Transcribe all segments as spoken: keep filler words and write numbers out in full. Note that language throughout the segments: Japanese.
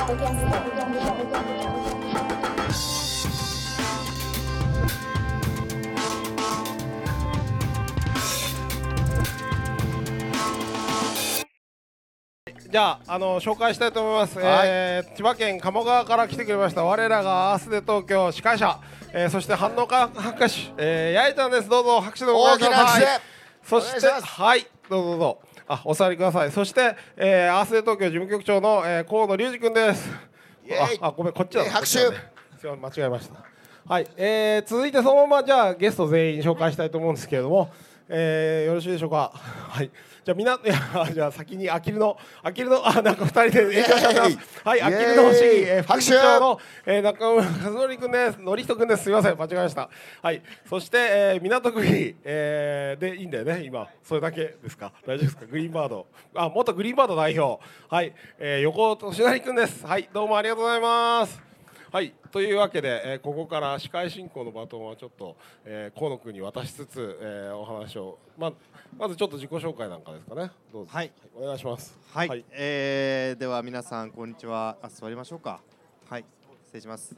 じゃあ、あの紹介したいと思います、はい。えー、千葉県鴨川から来てくれました我らがアースデ東京司会者、えー、そして反応家博士、えー、やいちゃんです。どうぞ拍手でお願いします。はい、そしてはいどうぞどうぞあお座りください。そして、えー、アースデ東京事務局長の、えー、河野隆二君です。ああごめんこっちだ、ね、 拍手、 すいません間違えました。はい、えー、続いてそのままじゃあゲスト全員紹介したいと思うんですけれども、えー、よろしいでしょうか。はい、じゃあみんないやじゃあ先にあきるのあきるのあなんかふたりで演奏しちゃってます。はい、あきるの星、えー、副議長の、えー、中村和則君です。のりひと君です。すみません間違えました。はい、そして、えー、港区議、えー、でいいんだよね今それだけですか。大丈夫ですか。グリーンバードあ元グリーンバード代表はい、えー、横尾俊成君です。はいどうもありがとうございます。はい、というわけで、えー、ここから司会進行のバトンはちょっと、えー、河野君に渡しつつ、えー、お話を、ま、まずちょっと自己紹介なんかですかね。どうぞ、はい、はい、お願いします。 はい、はい、えー、では皆さんこんにちは。あ座りましょうか。はい失礼します。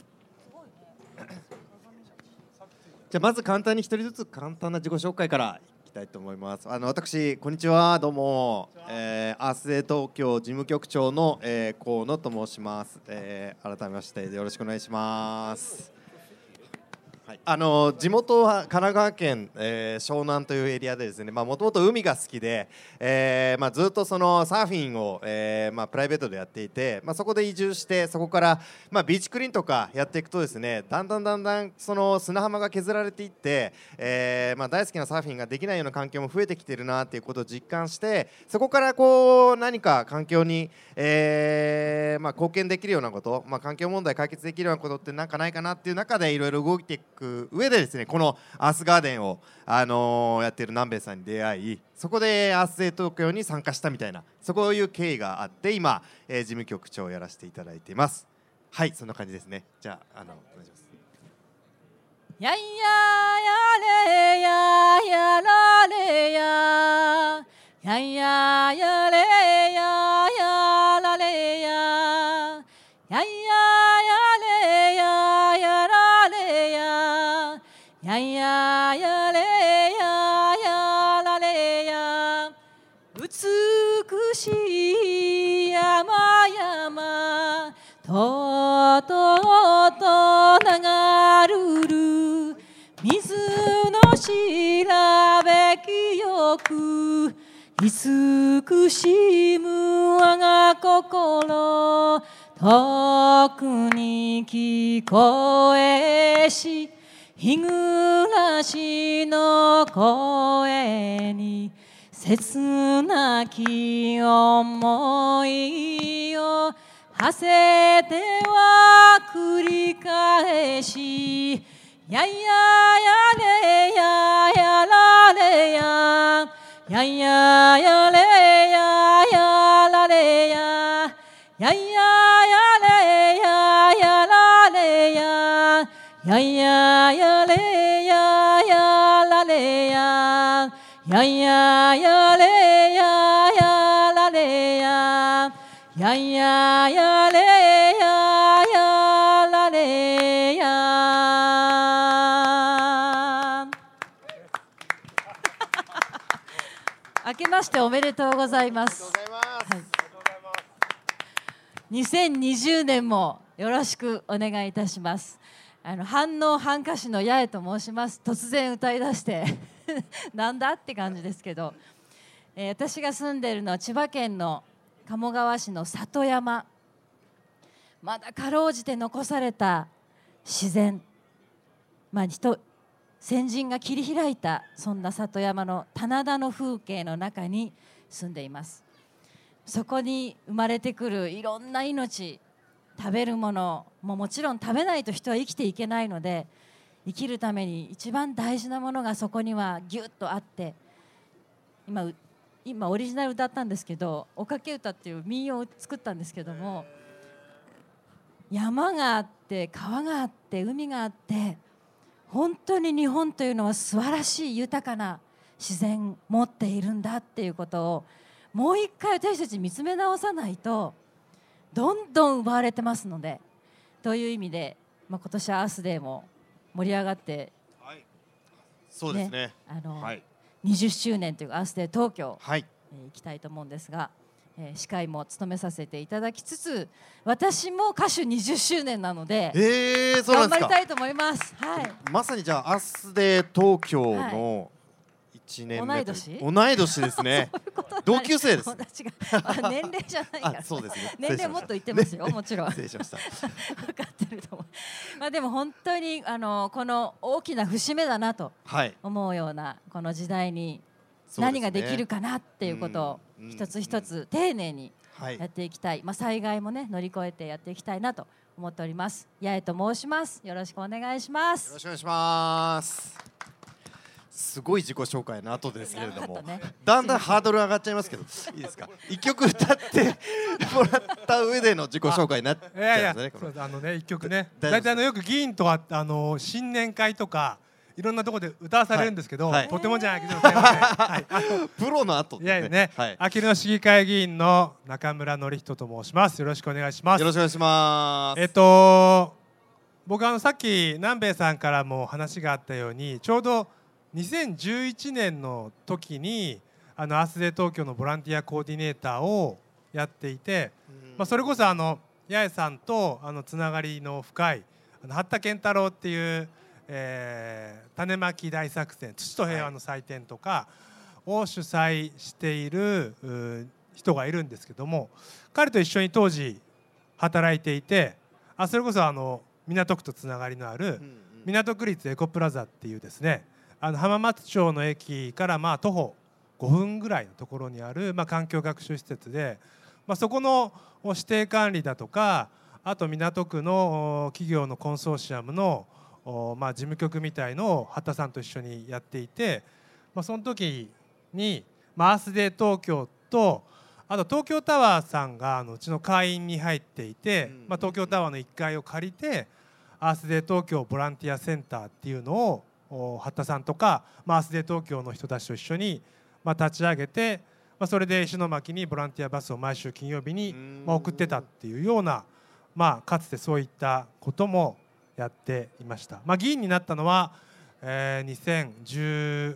じゃあまず簡単に一人ずつ簡単な自己紹介からいきたいと思います。あの私こんにちはどうも、えー、アースデ東京事務局長の、えー、河野と申します、えー、改めましてよろしくお願いします。はい、あの地元は神奈川県、えー、湘南というエリアでですね、もともと海が好きで、えーまあ、ずっとそのサーフィンを、えーまあ、プライベートでやっていて、まあ、そこで移住してそこから、まあ、ビーチクリーンとかやっていくとですねだんだんだんだんその砂浜が削られていって、えーまあ、大好きなサーフィンができないような環境も増えてきてるなっていうことを実感してそこからこう何か環境に、えーまあ、貢献できるようなこと、まあ、環境問題解決できるようなことってなんかないかなっていう中でいろいろ動いていく上でですねこのアースガーデンを、あのー、やっている南米さんに出会いそこでアースデー東京に参加したみたいなそういう経緯があって今、えー、事務局長をやらせていただいています。はいそんな感じですね。じゃあ、あのお願いします。 やいややれややられややいややれややられややいややれややられややいややれややられや美しい山々ととと流るる水のしらべきよく慈しむ我が心遠くに聞こえし日暮らしの声に切なき思いを馳せては繰り返しやいややれややられややいややれややられややいややれややられややいややれややられややいややれややられややいややれややられや明けましておめでとうございます。にせんにじゅうねんもよろしくお願いいたします。あの反応反歌手の八重と申します。突然歌い出してなんだって感じですけど、えー、私が住んでいるのは千葉県の鴨川市の里山、まだかろうじて残された自然、まあ、人先人が切り開いたそんな里山の棚田の風景の中に住んでいます。そこに生まれてくるいろんな命、食べるものももちろん食べないと人は生きていけないので生きるために一番大事なものがそこにはギュッとあって、今今オリジナル歌ったんですけどおかけ歌っていう民謡を作ったんですけども、山があって川があって海があって本当に日本というのは素晴らしい豊かな自然持っているんだっていうことをもう一回私たち見つめ直さないとどんどん奪われてますので、という意味で、まあ、今年はアースデーも盛り上がって、 はい、そうですね、 あのはい、 にじゅっしゅうねんというアースデー東京、 はい、 えー、行きたいと思うんですが、えー、司会も務めさせていただきつつ、私も歌手にじゅっしゅうねんなので、 えー、そうなんですか。 頑張りたいと思います。はい、 まさにじゃあアースデー東京のいちねんめ、 同い年同い年ですね。同級生です。 私が年齢じゃないから、 そうですね、 年齢もっと言ってますよ、もちろん失礼しました。 分かってると思う。まあでも本当にあのこの大きな節目だなと思うようなこの時代に何ができるかなっていうことを一つ一つ丁寧にやっていきたい、まあ、災害もね乗り越えてやっていきたいなと思っております。八重と申します。よろしくお願いします。 よろしくお願いします。すごい自己紹介の後ですけれども、ね、だんだんハードル上がっちゃいますけどいいですか。一曲歌ってもらった上での自己紹介になっちゃうんですね。いやいや、 あのね、一曲ね、大体あのよく議員とかあの新年会とかいろんなところで歌わされるんですけど、はいはい、とてもじゃないけど、はい、 プロの後ですね。いやね、はい、あきる野市議会議員の中村典人と申します。よろしくお願いします。 よろしくお願いします。 えっと僕あのさっき南米さんからも話があったように、ちょうどにせんじゅういちねんの時にあのアースデー東京のボランティアコーディネーターをやっていて、まあ、それこそあの八重さんとあのつながりの深いあの八田健太郎っていう、えー、種まき大作戦土と平和の祭典とかを主催している人がいるんですけども、彼と一緒に当時働いていて、あそれこそあの港区とつながりのある港区立エコプラザっていうですね、あの浜松町の駅からまあ徒歩ごふんぐらいのところにあるまあ環境学習施設で、まあそこの指定管理だとか、あと港区の企業のコンソーシアムのまあ事務局みたいのを八田さんと一緒にやっていて、まあその時にまあアースデー東京と、あと東京タワーさんがあのうちの会員に入っていて、まあ東京タワーのいっかいを借りてアースデー東京ボランティアセンターっていうのを八田さんとか、まあ、アースデー東京の人たちと一緒に、まあ、立ち上げて、まあ、それで石巻にボランティアバスを毎週金曜日に、まあ、送ってたっていうような、まあ、かつてそういったこともやっていました。まあ、議員になったのは、えー、にせんじゅ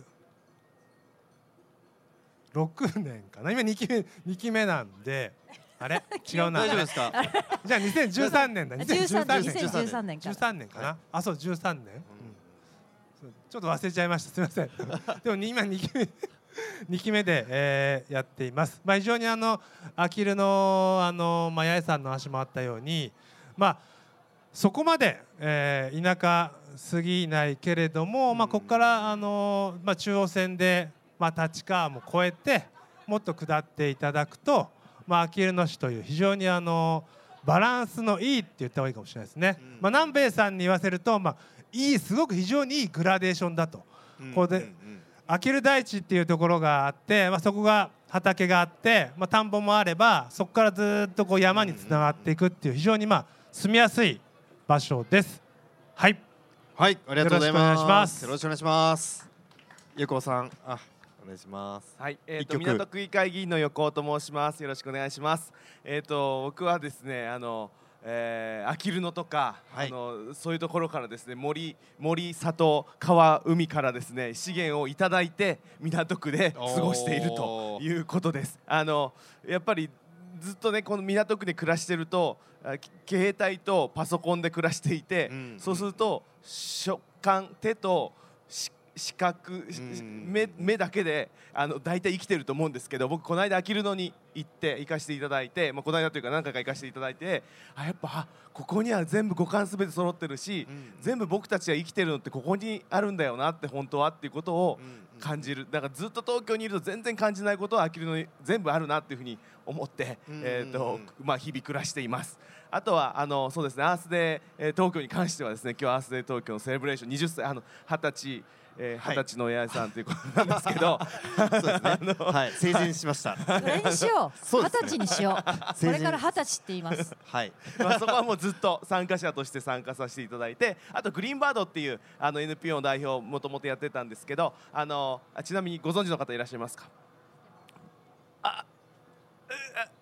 うろくねんかな。今にきめにきめなんで、あれ違うな。 大丈夫ですか。 じゃあにせんじゅうさんねんだ。 にせんじゅうさんねんじゅうさんねんじゅうさんねんかな。あ、そうじゅうさんねん。ちょっと忘れちゃいました。すみません。でも今にきめにきめで、えー、やっています。まあ非常にあのあきるのあのまあ八重さんの話もあったように、まあそこまで、えー、田舎すぎないけれども、まあここからあのまあ中央線でまあ立川も越えてもっと下っていただくと、まああきる野市という非常にあのバランスのいいって言った方がいいかもしれないですね。まあ南米さんに言わせるとまあいいすごく非常にいいグラデーションだと、うん、ここであきる大地っていうところがあって、まあ、そこが畑があって、まあ、田んぼもあればそこからずっとこう山につながっていくっていう非常にまあ住みやすい場所です。はい、 はい、ありがとうございます。 よろしくお願いします。 よろしくお願いします。横尾さん、あ、お願いします。 はい、えーと港区議会議員の横尾と申します。よろしくお願いします。えーと僕はですね、あのえー、あきる野とか、はい、あのそういうところからですね、森、森、里、川、海からですね資源をいただいて港区で過ごしているということです。あのやっぱりずっとねこの港区で暮らしてると携帯とパソコンで暮らしていて、うん、そうすると触感、手と視覚、目、目だけであの大体生きてると思うんですけど、僕この間あきる野に行って行かせていただいて、まあ、この間というか何回か行かせていただいて、あやっぱあここには全部五感すべて揃ってるし、うん、全部僕たちが生きてるのってここにあるんだよなって本当はっていうことを感じる。だからずっと東京にいると全然感じないことはあきる野に全部あるなっていうふうに思って、えーとまあ、日々暮らしています。あとはあのそうですね、アースデー東京に関してはですね、今日はアースデー東京のセレブレーションにじゅっさい、あのはたちえー、はたちの八重さんということなんですけど、 そうですね、はい、成人しました。 それにしよう、はたちにしよう。これからはたちって言います。 はい、まあそこはもうずっと参加者として参加させていただいて、あとグリーンバードっていうあの エヌピーオー の代表をもともとやってたんですけど、あのちなみにご存知の方いらっしゃいますか？あ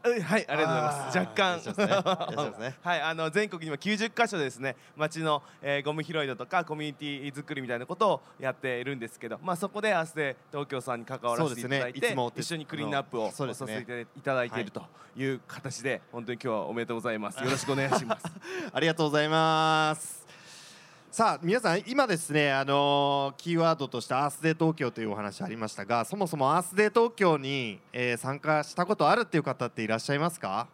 はい、ありがとうございます。若干いらっしゃいますねいらっしゃいますねはい、あの全国にもきゅうじゅっかしょですね、町の、えーゴミ拾いだとかコミュニティ作りみたいなことをやっているんですけど、まあそこでアースデ東京さんに関わらせていただいて、 そうですねいつも一緒にクリーンアップをそうですねさせていただいているという形で、本当に今日はおめでとうございます。よろしくお願いします。 ありがとうございます。さあ皆さん今ですね、あのーキーワードとしてアースデー東京というお話ありましたが、そもそもアースデー東京に、えー参加したことあるっていう方っていらっしゃいますか？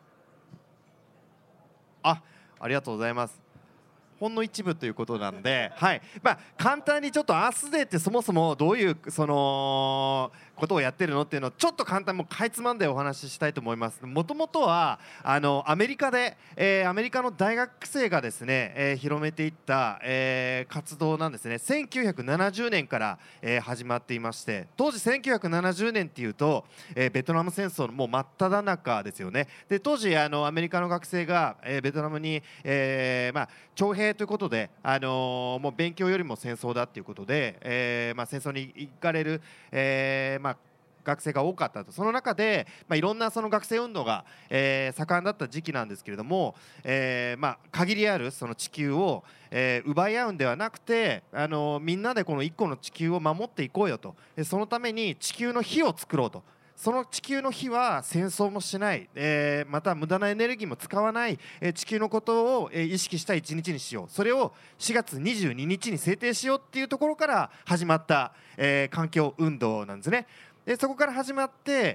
あ、ありがとうございます。ほんの一部ということなんで、はい、まあ簡単にちょっとアースデーってそもそもどういうそのことをやってるのっていうのをちょっと簡単にもうかいつまんでお話ししたいと思います。もともとはあのアメリカで、えーアメリカの大学生がですね、えー広めていった、えー活動なんですね。せんきゅうひゃくななじゅうねんから、えー始まっていまして、当時せんきゅうひゃくななじゅうねんっていうと、えーベトナム戦争のもう真っ只中ですよね。で当時あのアメリカの学生が、えーベトナムに、えーまあ、徴兵ということで、あのーもう勉強よりも戦争だっていうことで、えーまあ、戦争に行かれる、えーまあ学生が多かったと。その中で、まあ、いろんなその学生運動が、えー盛んだった時期なんですけれども、えーまあ、限りあるその地球を、えー奪い合うんではなくて、あのーみんなでこの一個の地球を守っていこうよと。でそのために地球の火を作ろうと。その地球の火は戦争もしない、えーまた無駄なエネルギーも使わない、えー地球のことを、えー意識した一日にしよう。それをしがつにじゅうににちに制定しようっていうところから始まった、えー環境運動なんですね。でそこから始まって、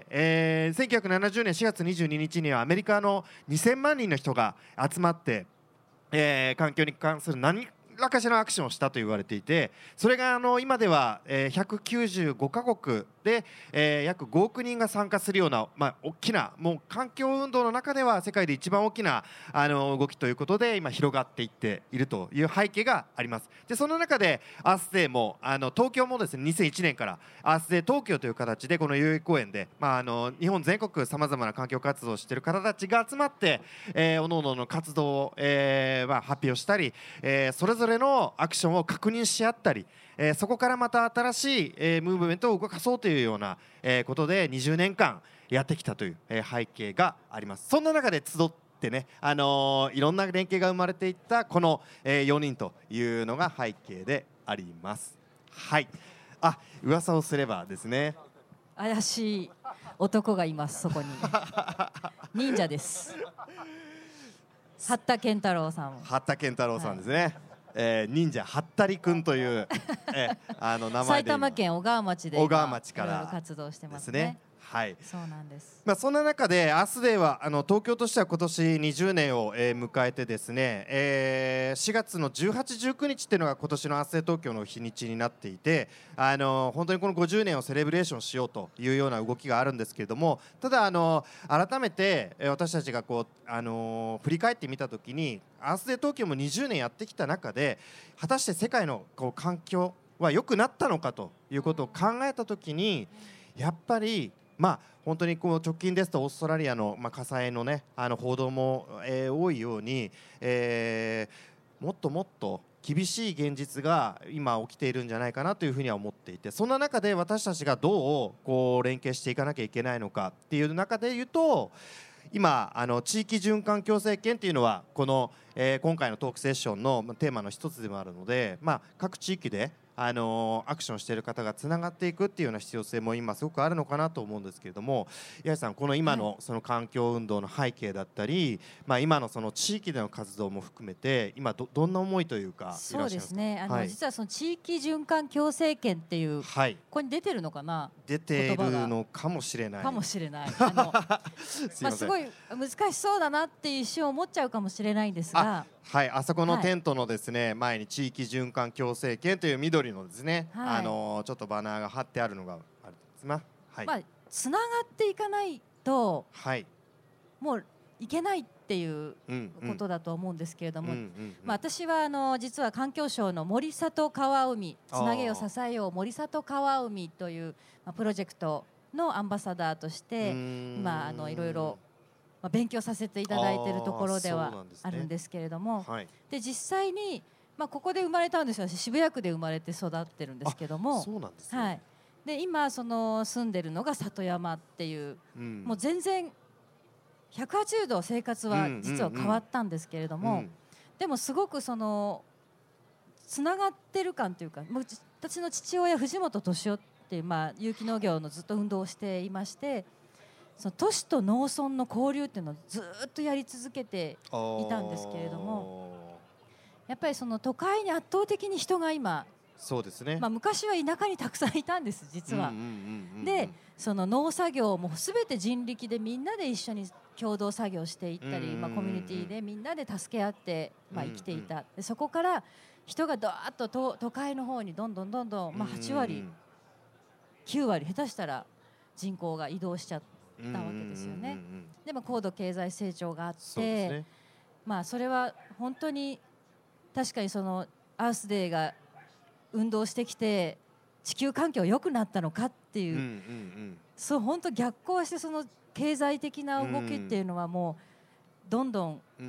えーせんきゅうひゃくななじゅうねんしがつにじゅうににちにはアメリカのにせんまんにんの人が集まって、えー環境に関する何らかしらのアクションをしたと言われていて、それがあの今では、えーひゃくきゅうじゅうごかこくで、えー約ごおくにんが参加するような、まあ、大きなもう環境運動の中では世界で一番大きなあの動きということで今広がっていっているという背景があります。でその中でアースデーもあの東京もですねにせんいちねんからアースデー東京という形でこの代々木公園で、まあ、あの日本全国さまざまな環境活動をしている方たちが集まって、えー、各々の活動を、えーまあ、発表したり、えー、それぞれのアクションを確認し合ったり、えーそこからまた新しい、えームーブメントを動かそうというような、えーことでにじゅうねんかんやってきたという、えー背景があります。そんな中で集ってね、あのーいろんな連携が生まれていったこの、えーよにんというのが背景であります。はい、あ、噂をすればですね、 怪しい男がいますそこに忍者です八田健太郎さん。 八田健太郎さんですね、えー忍者はったりくんという、えーあの名前で今埼玉県小川町で小川町からいろいろ活動してまですすね。 ね。はい。 そうなんです。 まあ、そんな中でアースデーはあの東京としては今年にじゅうねんを、えー迎えてですね、えーしがつのじゅうはち、じゅうくにちっていうのが今年のアースデー東京の日にちになっていて、あの本当にこのごじゅうねんをセレブレーションしようというような動きがあるんですけれども、ただあの改めてえー私たちがこうあの振り返ってみたときにアースデー東京もにじゅうねんやってきた中で果たして世界のこう環境は良くなったのかということを考えたときにやっぱりまあ本当にこう直近ですとオーストラリアのまあ火災のねあの報道も、えー多いように、えーもっともっと厳しい現実が今起きているんじゃないかなというふうには思っていて、そんな中で私たちがどうこう連携していかなきゃいけないのかっていう中で言うと、今あの地域循環共生圏っていうのはこの、えー今回のトークセッションのまあテーマの一つでもあるので、まあ、各地域であのーアクションしている方がつながっていくっていうような必要性も今すごくあるのかなと思うんですけれども、八重さんこの今のその環境運動の背景だったり、まあ、今のその地域での活動も含めて今 ど, どんな思いというかいらっしゃいそうますか？ ですね。あの、 はい実はその地域循環共生圏っていうこはい、 こに出てるのかな。 出ているのかもしれないかもしれない。あのすいません、 まあすごい難しそうだなって一瞬思っちゃうかもしれないんですが、 はい、あそこのはいテントのですね、前に地域循環共生圏という緑のですね、 はいあのーちょっとバナーが貼ってあるのがあるんですね。はい、 まあつながっていかないとはい、 もういけないっていううんうんことだと思うんですけれども、 うんうんうんまあ、私はあの実は環境省の森里川海つなげよ支えよう森里川海という、まあ、プロジェクトのアンバサダーとして今あのいろいろ、まあ、勉強させていただいているところであーそうはなんですねあるんですけれども、 はい、 で実際に、まあ、ここで生まれたんですよ。私渋谷区で生まれて育ってるんですけども、 そうなんですね。 はい、で今その住んでるのが里山っていう、 うんもう全然ひゃくはちじゅうど生活は実は変わったんですけれども、 うん、 でもすごくそのつながってる感というか、もう私の父親藤本敏夫っていう、まあ、有機農業のずっと運動をしていまして、その都市と農村の交流っていうのをずっとやり続けていたんですけれども、やっぱりその都会に圧倒的に人が今、 そうですね、 まあ、昔は田舎にたくさんいたんです実は。でその農作業も全て人力でみんなで一緒に共同作業していったり、まあ、コミュニティでみんなで助け合って、まあ、生きていた。でそこから人がどーっと都都会の方にどんどんどんどん、まあ、はちわりきゅうわり下手したら人口が移動しちゃったわけですよね。でも高度経済成長があって、ね、まあそれは本当に確かにそのアースデーが運動してきて地球環境良くなったのかっていう、うんうんうん、そう本当逆行してその経済的な動きっていうのはもうどんどん、うん、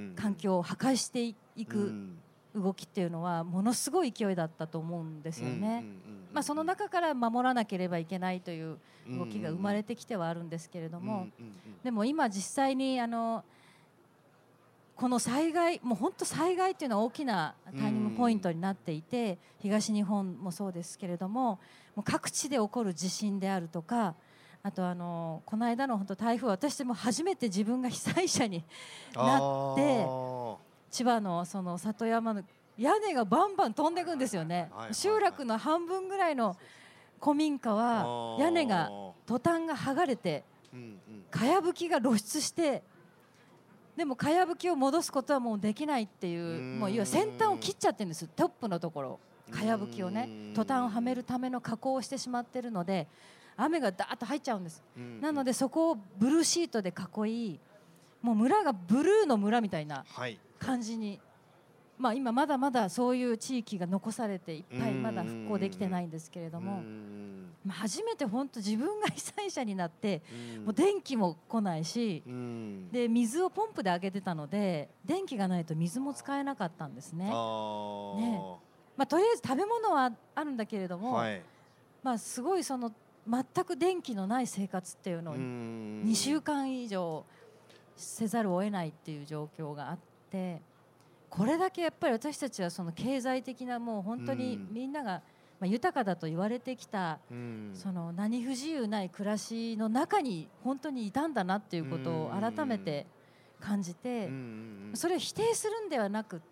あの環境を破壊していく動きっていうのはものすごい勢いだったと思うんですよね。まあその中から守らなければいけないという動きが生まれてきてはあるんですけれども、でも今実際にあのこの災害、もう本当災害っていうのは大きなターニングポイントになっていて、東日本もそうですけれども、もう各地で起こる地震であるとか、あとあのこの間の本当台風、私も初めて自分が被災者になって、千葉のその里山の屋根がバンバン飛んでいくんですよね。集落の半分ぐらいの古民家は屋根がトタンが剥がれて、かやぶきが露出して、でもかやぶきを戻すことはもうできないっていう、もういわゆる先端を切っちゃってるんです。トップのところかやぶきをね、トタンをはめるための加工をしてしまってるので雨がダーッと入っちゃうんです。なのでそこをブルーシートで囲い、もう村がブルーの村みたいな感じに、まあ今まだまだそういう地域が残されていっぱいまだ復興できてないんですけれども、まあ初めて本当自分が被災者になって、もう電気も来ないし、で水をポンプで上げてたので電気がないと水も使えなかったんですね。ね、まあとりあえず食べ物はあるんだけれども、まあすごいその全く電気のない生活っていうのをにしゅうかん以上せざるを得ないっていう状況があって、これだけやっぱり私たちはその経済的なもう本当にみんながまあ豊かだと言われてきたその何不自由ない暮らしの中に本当にいたんだなっていうことを改めて感じて、それを否定するんではなくって、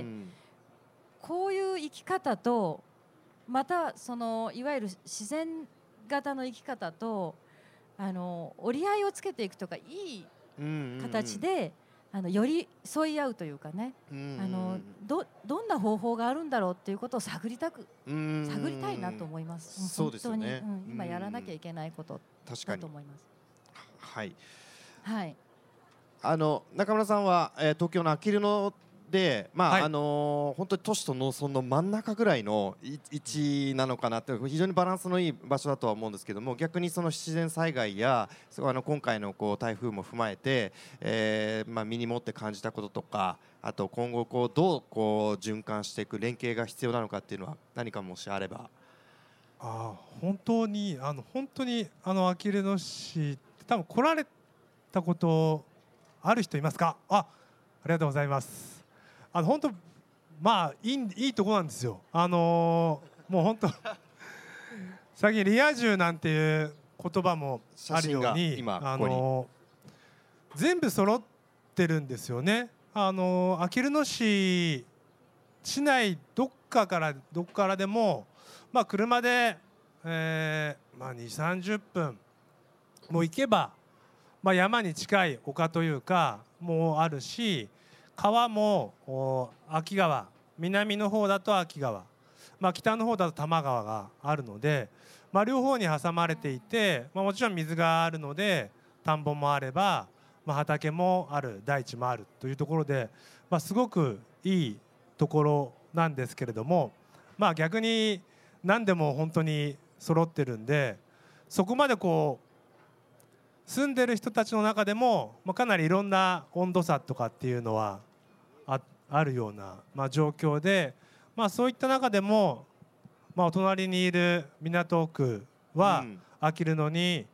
こういう生き方とまたそのいわゆる自然型の生き方とあの折り合いをつけていくとか、いい形であの寄り添い合うというかね、あの ど, どんな方法があるんだろうっていうことを探りたく探りたいなと思います。 そうですよね、 本当に、うん、今やらなきゃいけないことだと思います。 はい、 はい、 あの中村さんは、えー、東京のあきる野で、まあ、はい、あのー、本当に都市と農村の真ん中ぐらいの位置なのかなって、非常にバランスのいい場所だとは思うんですけども、逆にその自然災害やあの今回のこう台風も踏まえて、えーまあ、身に持って感じたこととか、あと今後こうどうこう循環していく連携が必要なのかっていうのは何かもしあれば。 あ、本当にあの本当にあのあきる野市多分来られたことある人いますか？あ、ありがとうございます。あの本当まあいい、いいとこなんですよ。あのー、もう本当最近リア充なんていう言葉もあるように、 今あのー、全部揃ってるんですよね。あのー、あきる野市市内どっかからどっからでも、まあ、車で、えーまあ、にじゅう、さんじゅっぷんもう行けば、まあ、山に近い丘というかもうあるし、川も秋川、南の方だと秋川、まあ、北の方だと多摩川があるので、まあ、両方に挟まれていて、まあ、もちろん水があるので田んぼもあれば、まあ、畑もある、大地もあるというところで、まあ、すごくいいところなんですけれども、まあ、逆に何でも本当に揃ってるんで、そこまでこう住んでる人たちの中でも、まあ、かなりいろんな温度差とかっていうのは あ, あるような、まあ、状況で、まあ、そういった中でも、まあ、お隣にいる港区はあきる野に、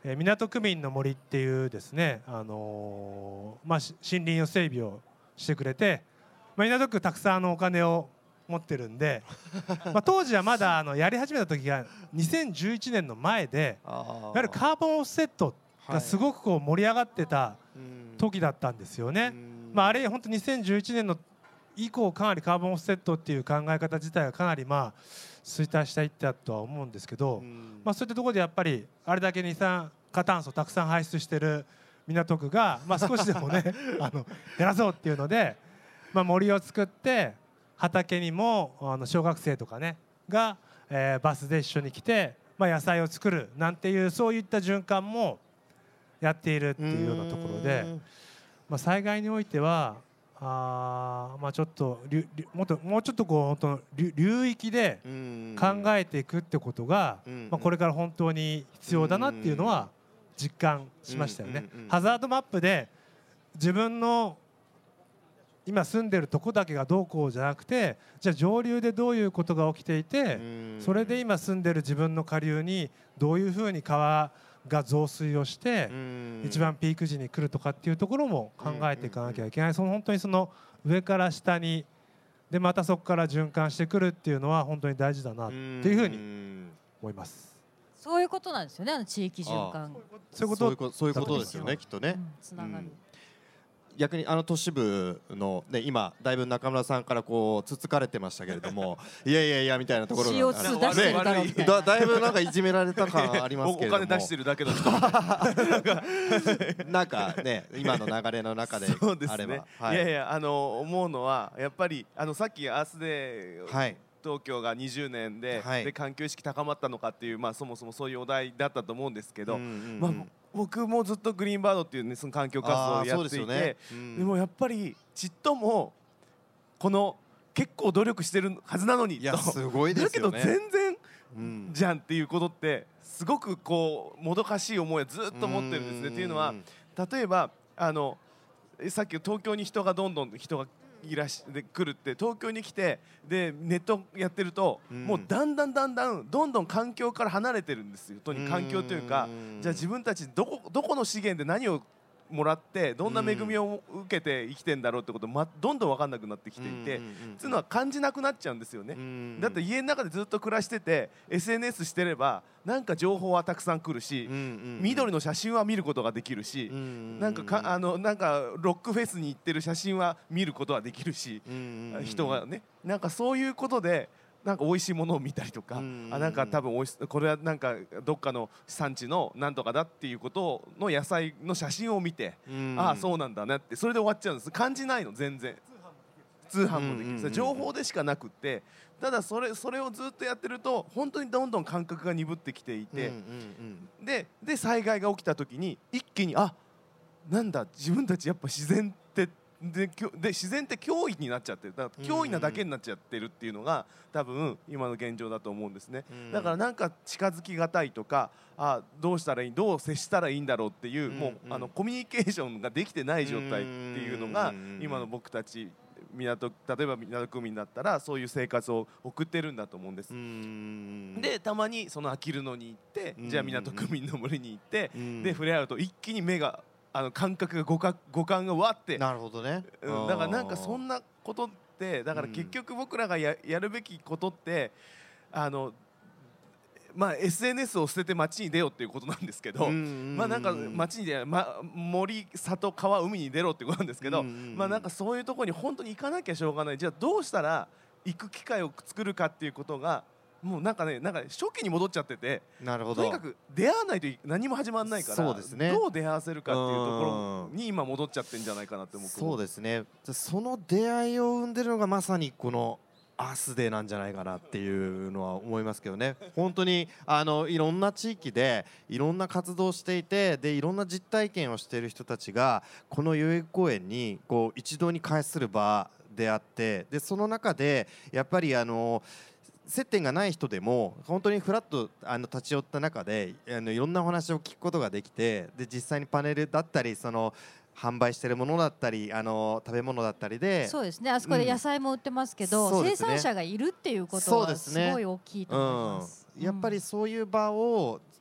えー、港区民の森っていうですね、あのーまあ、森林の整備をしてくれて、まあ、港区たくさんのお金を持ってるんでまあ当時はまだあのやり始めた時がにせんじゅういちねんの前で、いわゆるカーボンオフセットがすごくこう盛り上がってた時だったんですよね。まあ、あれ本当にせんじゅういちねんの以降かなりカーボンオフセットっていう考え方自体がかなりまあ衰退していったとは思うんですけど、まあそういったところでやっぱりあれだけ二酸化炭素をたくさん排出してる港区がまあ少しでもねあの減らそうっていうので、まあ森を作って畑にもあの小学生とかねが、えー、バスで一緒に来て、まあ、野菜を作るなんていうそういった循環もやっているっていうようなところで、まあ、災害においてはあ、まあ、ちょっともっともうちょっとこう本当流域で考えていくってことが、まあ、これから本当に必要だなっていうのは実感しましたよね。ハザードマップで自分の今住んでるとこだけがどうこうじゃなくて、じゃあ上流でどういうことが起きていて、それで今住んでる自分の下流にどういうふうに川が増水をして一番ピーク時に来るとかっていうところも考えていかなきゃいけない。その本当にその上から下にでまたそこから循環してくるっていうのは本当に大事だなっていうふうに思います。 そういうことなんですよね、あの地域循環。 そういうことそういうことですよね、きっとね。 つながる。 逆にあの都市部の、ね、今だいぶ中村さんからこうつつかれてましたけれどもいやいやいやみたいなところが シーオーツー 出してるだろうみたいな、だ, だいぶなんかいじめられた感ありますけれどもお金出してるだけの人なんかね今の流れの中でそうですあれば、 ね、 はい、 いやいやあの思うのはやっぱりあのさっきアースデー、はい、東京がにじゅうねん で,、はい、で環境意識高まったのかっていう、まあ、そもそもそういうお題だったと思うんですけど、うんうんうんまあ僕もずっとグリーンバードっていう、ね、その環境活動をやっていて、ねうん、でもやっぱりちっともこの結構努力してるはずなのにいやすごいですよね、 だけど全然、うん、じゃんっていうことってすごくこうもどかしい思いをずっと持ってるんですね。っていうのは例えばあのさっき東京に人がどんどん人がいらしで来るって東京に来てでネットやってると、うん、もうだんだんだんだんどんどん環境から離れてるんですよ。とに環境というかじゃあ自分たちどこどこの資源で何をもらってどんな恵みを受けて生きてんだろうってことまどんどん分かんなくなってきていてっていうのは感じなくなっちゃうんですよね。だって家の中でずっと暮らしてて エスエヌエス してればなんか情報はたくさん来るし緑の写真は見ることができるしなんかかあのなんかロックフェスに行ってる写真は見ることはできるし人がねなんかそういうことでなんか美味しいものを見たりとか、あなんか多分おいしこれはなんかどっかの産地のなんとかだっていうことの野菜の写真を見て、ああそうなんだねってそれで終わっちゃうんです。感じないの全然。通販もできる。情報でしかなくって、ただそれそれをずっとやってると本当にどんどん感覚が鈍ってきていて、でで災害が起きた時に一気にあなんだ自分たちやっぱ自然ってでで自然って脅威になっちゃってるだから脅威なだけになっちゃってるっていうのが多分今の現状だと思うんですね。だからなんか近づきがたいとかあどうしたらいいどう接したらいいんだろうっていうもうあのコミュニケーションができてない状態っていうのが今の僕たち港例えば港区民だったらそういう生活を送ってるんだと思うんです。でたまにそのあきる野に行ってじゃあ港区民の森に行ってで触れ合うと一気に目があの感覚が五感五感がわってなるほどね、 うん、だからなんかそんなことってだから結局僕らが や, やるべきことってあのまあ エスエヌエス を捨てて街に出ようっていうことなんですけどまあなんか街に出、ま、森里川海に出ろってことなんですけどまあなんかそういうところに本当に行かなきゃしょうがない。じゃあどうしたら行く機会を作るかっていうことがもうなんかねなんか初期に戻っちゃっててなるほどとにかく出会わないと何も始まらないからそうですね、 どう出会わせるかっていうところに今戻っちゃってんじゃないかなって思う。 そうですね。その出会いを生んでるのがまさにこのアースデーなんじゃないかなっていうのは思いますけどね。本当にあのいろんな地域でいろんな活動をしていてでいろんな実体験をしている人たちがこの代々木公園にこう一堂に会する場であってでその中でやっぱりあの接点がない人でも本当にフラッとあの立ち寄った中であのいろんなお話を聞くことができてで実際にパネルだったりその販売しているものだったりあの食べ物だったりでそうですねあそこで野菜も売ってますけど、うん、生産者がいるっていうことはすごい大きいと思います。 うん、やっぱりそういう場を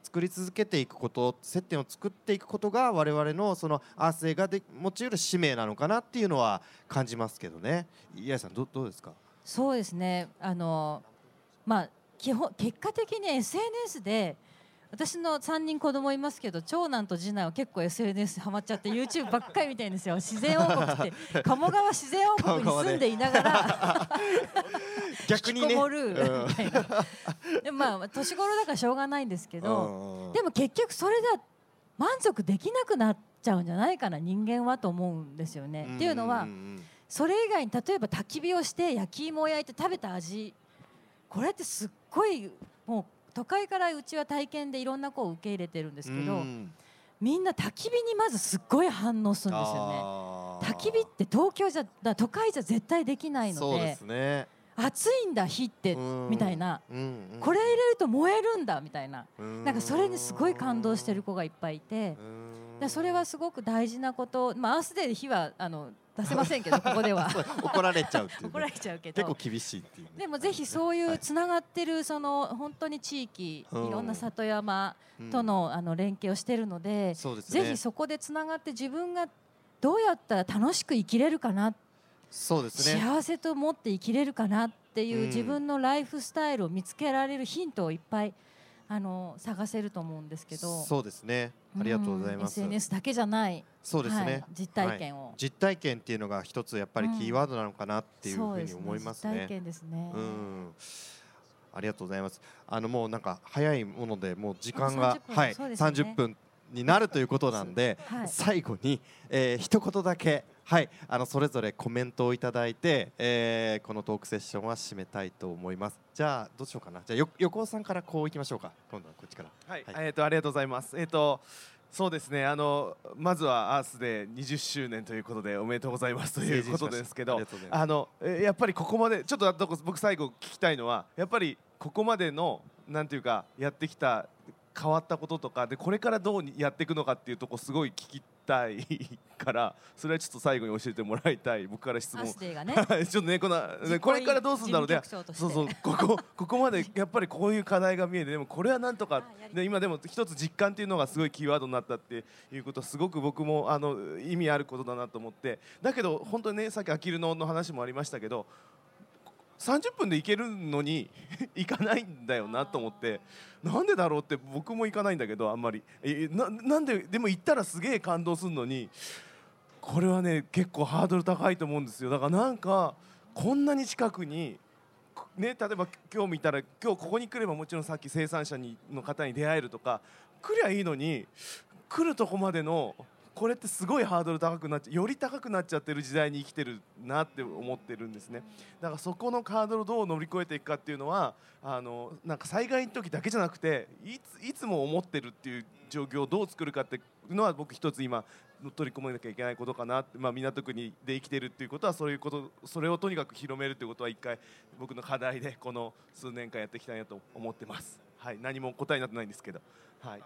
作り続けていくこと、接点を作っていくことが我々のそのアースデーがで持ち得る使命なのかなっていうのは感じますけどね。八重さん ど, どうですか？ そうですね、あのまあ基本結果的に エスエヌエス で私のさんにん子供いますけど、長男と次男は結構 エスエヌエス ハマっちゃって YouTube ばっかり見てるんですよ。自然王国って鴨川自然王国に住んでいながら逆にね、 引きこもるみたいな。でもまあ年頃だからしょうがないんですけど、でも結局それでは満足できなくなっちゃうんじゃないかな、人間はと思うんですよね。っていうのはそれ以外に例えば焚き火をして焼き芋を焼いて食べた味、これってすっごいもう都会からうちは体験でいろんな子を受け入れてるんですけど、みんな焚き火にまずすっごい反応するんですよね。焚き火って東京じゃだ都会じゃ絶対できないので、 そうですね、 暑いんだ火ってみたいな、これ入れると燃えるんだみたいな、なんかそれにすごい感動してる子がいっぱいいて、それはすごく大事なこと。まあアースデーで火はあの出せませんけどここでは怒られちゃうっていう、ね、 怒られちゃうけど結構厳しいっていう、ね、 でもぜひそういうつながってるその本当に地域、いろんな里山とのあの連携をしているので、 そうですね、 ぜひそこでつながって自分がどうやったら楽しく生きれるかな、 そうですね、 幸せと思って生きれるかなっていう自分のライフスタイルを見つけられるヒントをいっぱいあの探せると思うんですけど。 そうですね、ありがとうございます。 エスエヌエス だけじゃない、 そうですね、 はい、実体験を、 はい、実体験っていうのが一つやっぱりキーワードなのかなっていうふうに思いますね。 実体験ですね。 うん、ありがとうございます。あのもうなんか早いものでもう時間がはい、ね、さんじゅっぷんになるということなんで、はい、最後に、えー、一言だけ、はい、あのそれぞれコメントをいただいて、えー、このトークセッションは締めたいと思います。じゃあどうしようかな。じゃあよ横尾さんからこういきましょうか。今度はこっちから。 はい、はい、えっとありがとうございます。えっとそうですね、あのまずはアースでにじゅっしゅうねんということでおめでとうございますということですけど、あのやっぱりここまでちょっと僕最後聞きたいのは、やっぱりここまでのなんていうかやってきた変わったこととかでこれからどうやっていくのかっていうところすごい聞きたいからそれはちょっと最後に教えてもらいたい。僕から質問。 アスデーがねちょっとねこのこれからどうするんだろうね。そうそうここここまでやっぱりこういう課題が見えて、でもこれはなんとかで今でも一つ実感っていうのがすごいキーワードになったっていうことはすごく僕もあの意味あることだなと思って、だけど本当にねさっきあきる野の話もありましたけど。さんじゅっぷんで行けるのに行かないんだよなと思って、なんでだろうって僕も行かないんだけどあんまりえ な, なんででも行ったらすげえ感動するのに、これはね結構ハードル高いと思うんですよ。だからなんかこんなに近くにね、例えば今日見たら今日ここに来ればもちろんさっき生産者にの方に出会えるとか来りゃいいのに、来るとこまでのこれってすごいハードル高くなっちゃより高くなっちゃってる時代に生きてるなって思ってるんですね。だからそこのハードルをどう乗り越えていくかっていうのはあのなんか災害の時だけじゃなくていついつも思ってるっていう状況をどう作るかっていうのは僕一つ今取り込まなきゃいけないことかなって、まあ、港区にで生きてるっていうことはそういうことそれをとにかく広めるっていうことは一回僕の課題でこの数年間やっていきたいなと思ってます。はい、何も答えになってないんですけど、はい、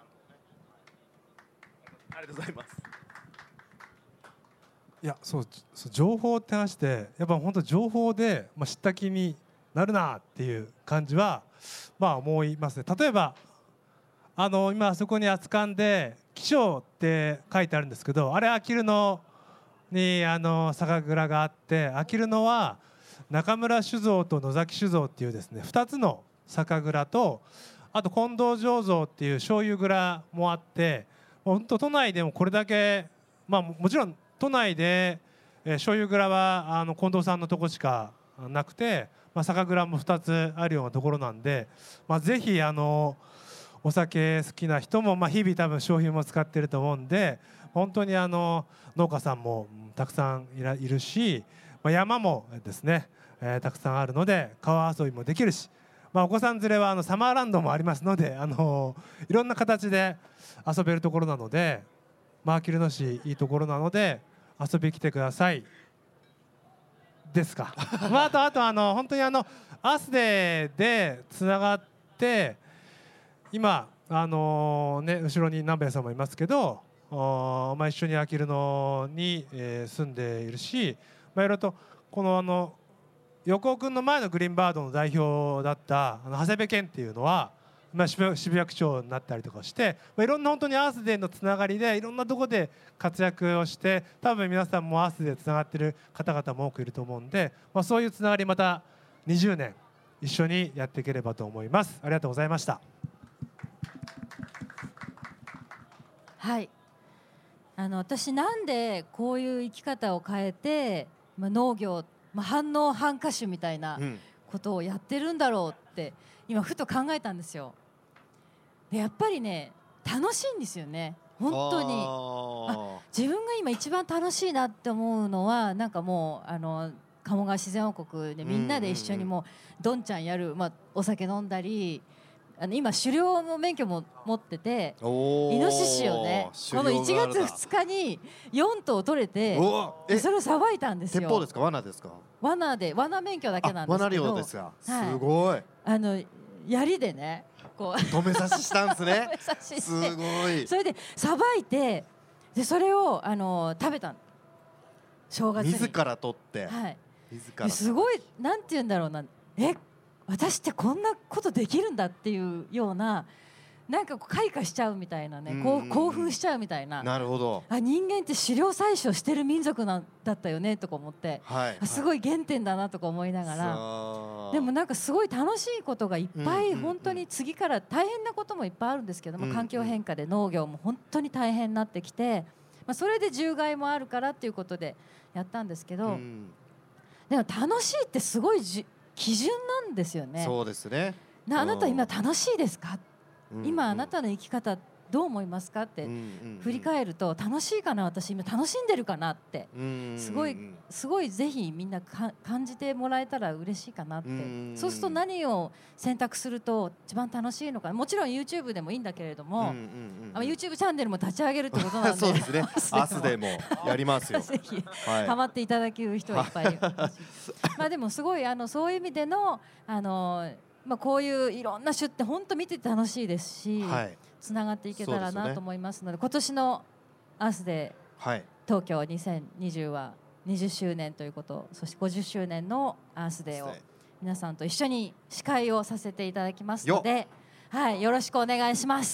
ありがとうございます。 いやそうそう情報って話でやっぱ本当情報で、まあ、知った気になるなっていう感じはまあ思いますね。例えばあの今あそこに熱燗で気象って書いてあるんですけど、あれあきる野にあの酒蔵があって、あきる野は中村酒造と野崎酒造っていうですねふたつの酒蔵と、あと近藤醸造っていう醤油蔵もあって、本当都内でもこれだけまあもちろん都内で、えー、醤油蔵はあの近藤さんのとこしかなくて、まあ、酒蔵もふたつあるようなところなんで、まあ、ぜひあのお酒好きな人も、まあ、日々多分商品も使ってると思うんで、本当にあの農家さんもたくさんいらいるし、まあ、山もですね、えー、たくさんあるので川遊びもできるし、まあ、お子さん連れはあのサマーランドもありますので、あのいろんな形で遊べるところなので、まあ、あきる野市いいところなので遊びに来てくださいですか。まあ、あとあとあの本当にあのアースデーでつながって今あのね後ろに南米さんもいますけど、まあ、一緒にあきる野に、えー、住んでいるし、まあ、いろいろとこのあの横尾君の前のグリーンバードの代表だったあの長谷部健っていうのはまあ、渋渋谷区長になったりとかして、まあ、いろんな本当にアースデーのつながりでいろんなところで活躍をして、多分皆さんもアースデーでつながっている方々も多くいると思うんで、まあ、そういうつながりまたにじゅうねん一緒にやっていければと思います。ありがとうございました。 はい、あの私なんでこういう生き方を変えて、まあ、農業、まあ、反応反歌手みたいなことをやってるんだろうって今ふと考えたんですよ。でやっぱりね楽しいんですよね本当に。あ自分が今一番楽しいなって思うのはなんかもうあの鴨川自然王国でみんなで一緒にもうどんちゃんやる、まあ、お酒飲んだり、あの今狩猟の免許も持っててイノシシをねこのいちがつふつかによんとう取れてそれをさばいたんですよ。 鉄砲ですか罠ですか？ 罠で罠免許だけなんですけど、 罠猟ですか、はい、すごい。 あの槍でねこう止め刺ししたんですねしすごい。 それでさばいてでそれをあの食べた正月に自ら取って、 はい、 自らすごいなんて言うんだろうな、え私ってこんなことできるんだっていうようななんか開花しちゃうみたいなね、うんうんうん、興奮しちゃうみたいな。 なるほど。 あ人間って狩猟採取してる民族なんだったよねとか思って、 はい、 すごい原点だなとか思いながら、 はい、 でもなんかすごい楽しいことがいっぱい本当に次から大変なこともいっぱいあるんですけども、うんうん、環境変化で農業も本当に大変になってきて、まあ、それで獣害もあるからっていうことでやったんですけど、うん、でも楽しいってすごいじ基準なんですよね。 そうですね。 あなた今楽しいですか、うんうん、今あなたの生き方どう思いますかって振り返ると楽しいかな、私今楽しんでるかなってすごいすごいぜひみんなか感じてもらえたら嬉しいかなって。そうすると何を選択すると一番楽しいのか、もちろん YouTube でもいいんだけれども、あ YouTube チャンネルも立ち上げるってことなんでそうですね。アスでもやりますよぜひハマっていただける人はいっぱいいるまあでもすごいあのそういう意味でのあのまあこういういろんな種って本当見てて楽しいですし、はいつながっていけたらなと思いますので、今年のアースデー東京にせんにじゅうはにじゅっしゅうねんということ、そしてごじゅっしゅうねんのアースデーを皆さんと一緒に司会をさせていただきますので、はい、よろしくお願いします。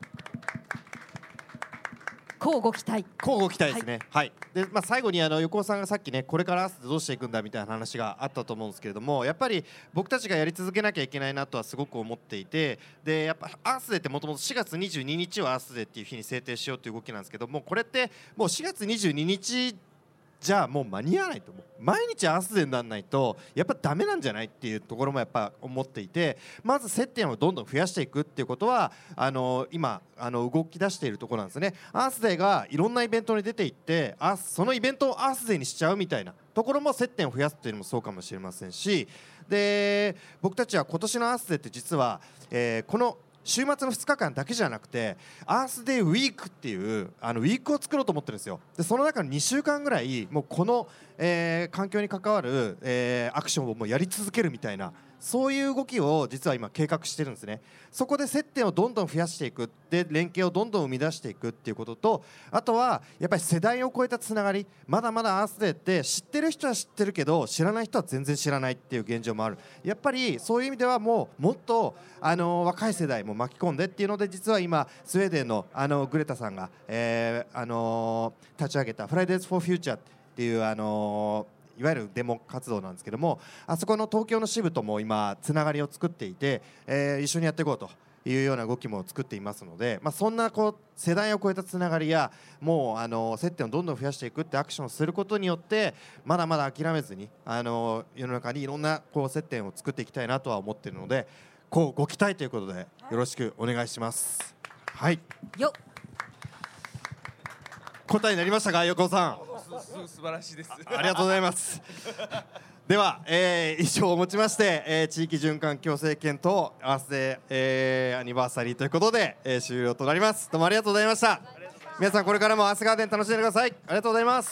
乞うご期待。 乞うご期待ですね。はい。で、まあ最後にあの横尾さんがさっきね、これからアースでどうしていくんだみたいな話があったと思うんですけれども、やっぱり僕たちがやり続けなきゃいけないなとはすごく思っていて、でやっぱアースデーってもともとしがつにじゅうににちをアースデーっていう日に制定しようという動きなんですけども、これってもうしがつにじゅうににちじゃあもう間に合わないと思う。毎日アースデーにならないとやっぱダメなんじゃないっていうところもやっぱ思っていて、まず接点をどんどん増やしていくっていうことはあの今あの動き出しているところなんですね。アースデーがいろんなイベントに出ていってアースそのイベントをアースデーにしちゃうみたいなところも接点を増やすっていうのもそうかもしれませんし、で僕たちは今年のアースデーって実は、えー、この週末のふつかかんだけじゃなくてアースデーウィークっていうあのウィークを作ろうと思ってるんですよ。でその中のにしゅうかんぐらいもうこの、えー、環境に関わる、えー、アクションをもうやり続けるみたいな、そういう動きを実は今計画してるんですね。そこで接点をどんどん増やしていく、で連携をどんどん生み出していくっていうことと、あとはやっぱり世代を超えたつながり、まだまだアースデーって知ってる人は知ってるけど知らない人は全然知らないっていう現状もある。やっぱりそういう意味ではもうもっとあの若い世代も巻き込んでっていうので、実は今スウェーデンのあのグレタさんが、えーあのー、立ち上げた Fridays for Future っていうあのーいわゆるデモ活動なんですけども、あそこの東京の支部とも今つながりを作っていて、えー、一緒にやっていこうというような動きも作っていますので、まあ、そんなこう世代を超えたつながりやもうあの接点をどんどん増やしていくってアクションをすることによってまだまだ諦めずにあの世の中にいろんなこう接点を作っていきたいなとは思っているので、こうご期待ということでよろしくお願いします。はいよ答えになりましたか、横尾さん。 素晴らしいです。 ありがとうございますでは、えー、以上をもちまして、えー、地域循環共生圏とアースデー、えー、アニバーサリーということで、えー、終了となります。どうもありがとうございました。皆さんこれからもアースガーデン楽しんでください。ありがとうございます。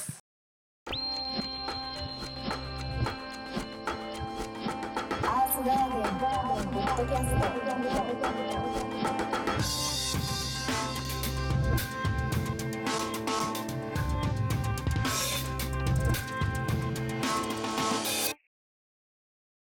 アースガーデンポッドキャスト